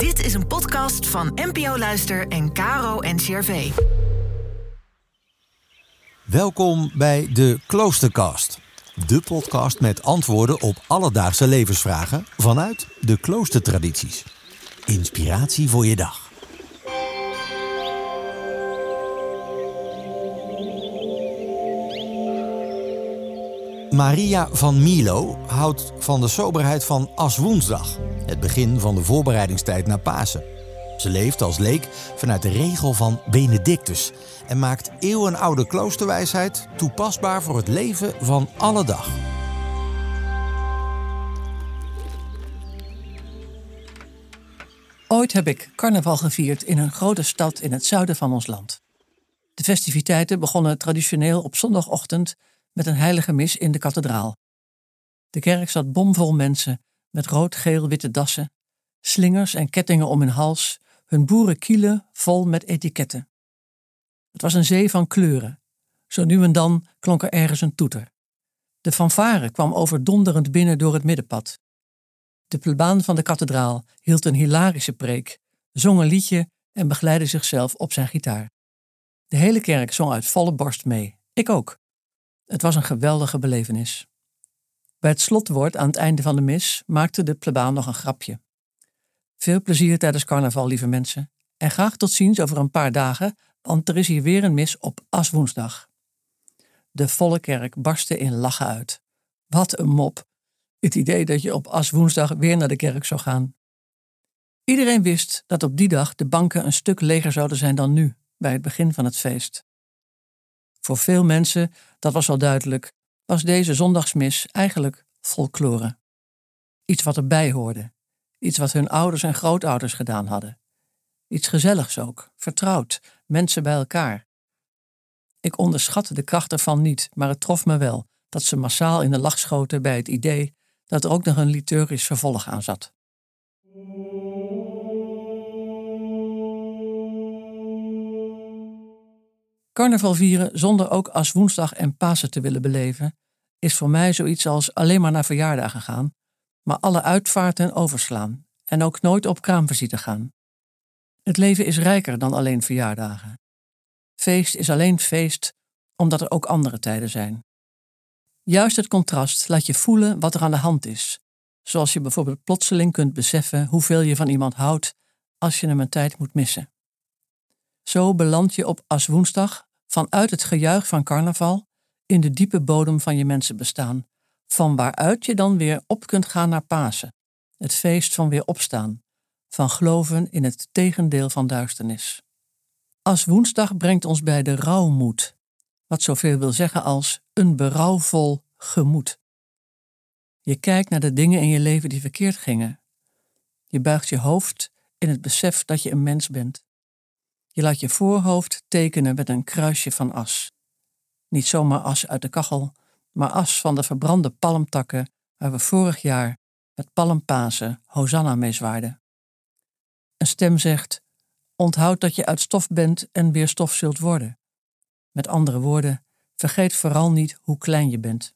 Dit is een podcast van NPO Luister en Caro NCRV. Welkom bij de Kloostercast. De podcast met antwoorden op alledaagse levensvragen vanuit de kloostertradities. Inspiratie voor je dag. Maria van Milo houdt van de soberheid van Aswoensdag, het begin van de voorbereidingstijd naar Pasen. Ze leeft als leek vanuit de regel van Benedictus en maakt eeuwenoude kloosterwijsheid toepasbaar voor het leven van alle dag. Ooit heb ik carnaval gevierd in een grote stad in het zuiden van ons land. De festiviteiten begonnen traditioneel op zondagochtend met een heilige mis in de kathedraal. De kerk zat bomvol mensen met rood-geel-witte dassen, slingers en kettingen om hun hals, hun boerenkielen vol met etiketten. Het was een zee van kleuren. Zo nu en dan klonk er ergens een toeter. De fanfare kwam overdonderend binnen door het middenpad. De plebaan van de kathedraal hield een hilarische preek, zong een liedje en begeleidde zichzelf op zijn gitaar. De hele kerk zong uit volle borst mee. Ik ook. Het was een geweldige belevenis. Bij het slotwoord aan het einde van de mis maakte de plebaan nog een grapje. Veel plezier tijdens carnaval, lieve mensen. En graag tot ziens over een paar dagen, want er is hier weer een mis op Aswoensdag. De volle kerk barstte in lachen uit. Wat een mop. Het idee dat je op Aswoensdag weer naar de kerk zou gaan. Iedereen wist dat op die dag de banken een stuk leger zouden zijn dan nu, bij het begin van het feest. Voor veel mensen, dat was wel duidelijk, was deze zondagsmis eigenlijk folklore. Iets wat erbij hoorde. Iets wat hun ouders en grootouders gedaan hadden. Iets gezelligs ook, vertrouwd, mensen bij elkaar. Ik onderschatte de kracht ervan niet, maar het trof me wel dat ze massaal in de lach schoten bij het idee dat er ook nog een liturgisch vervolg aan zat. Carnaval vieren zonder ook Aswoensdag en Pasen te willen beleven is voor mij zoiets als alleen maar naar verjaardagen gaan, maar alle uitvaarten overslaan en ook nooit op kraamvisite gaan. Het leven is rijker dan alleen verjaardagen. Feest is alleen feest omdat er ook andere tijden zijn. Juist het contrast laat je voelen wat er aan de hand is, zoals je bijvoorbeeld plotseling kunt beseffen hoeveel je van iemand houdt als je hem een tijd moet missen. Zo beland je op Aswoensdag vanuit het gejuich van carnaval in de diepe bodem van je mensenbestaan, van waaruit je dan weer op kunt gaan naar Pasen, het feest van weer opstaan, van geloven in het tegendeel van duisternis. Aswoensdag brengt ons bij de rouwmoed, wat zoveel wil zeggen als een berouwvol gemoed. Je kijkt naar de dingen in je leven die verkeerd gingen. Je buigt je hoofd in het besef dat je een mens bent. Je laat je voorhoofd tekenen met een kruisje van as. Niet zomaar as uit de kachel, maar as van de verbrande palmtakken waar we vorig jaar met palmpasen Hosanna mee zwaarden. Een stem zegt: onthoud dat je uit stof bent en weer stof zult worden. Met andere woorden, vergeet vooral niet hoe klein je bent.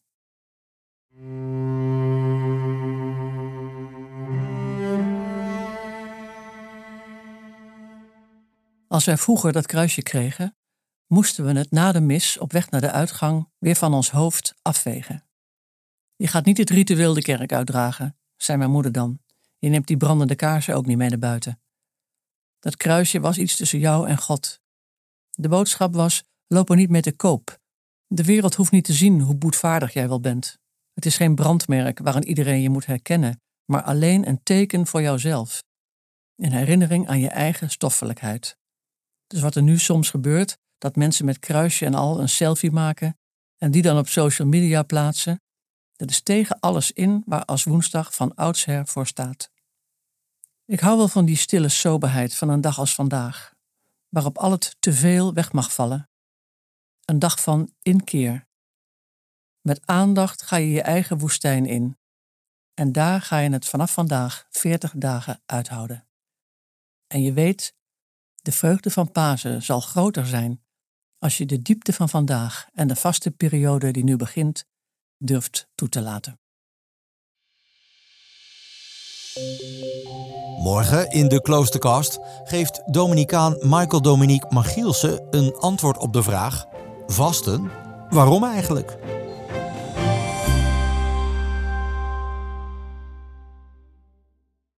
Als wij vroeger dat kruisje kregen, moesten we het na de mis op weg naar de uitgang weer van ons hoofd afvegen. Je gaat niet het ritueel de kerk uitdragen, zei mijn moeder dan. Je neemt die brandende kaarsen ook niet mee naar buiten. Dat kruisje was iets tussen jou en God. De boodschap was: loop er niet mee te koop. De wereld hoeft niet te zien hoe boetvaardig jij wel bent. Het is geen brandmerk waaraan iedereen je moet herkennen, maar alleen een teken voor jouzelf. Een herinnering aan je eigen stoffelijkheid. Dus wat er nu soms gebeurt, dat mensen met kruisje en al een selfie maken en die dan op social media plaatsen, dat is tegen alles in waar Aswoensdag van oudsher voor staat. Ik hou wel van die stille soberheid van een dag als vandaag, waarop al het teveel weg mag vallen. Een dag van inkeer. Met aandacht ga je je eigen woestijn in. En daar ga je het vanaf vandaag 40 dagen uithouden. En je weet, de vreugde van Pasen zal groter zijn als je de diepte van vandaag en de vaste periode die nu begint, durft toe te laten. Morgen in de Kloosterkast geeft Dominicaan Michael Dominique Magielsen een antwoord op de vraag: vasten? Waarom eigenlijk?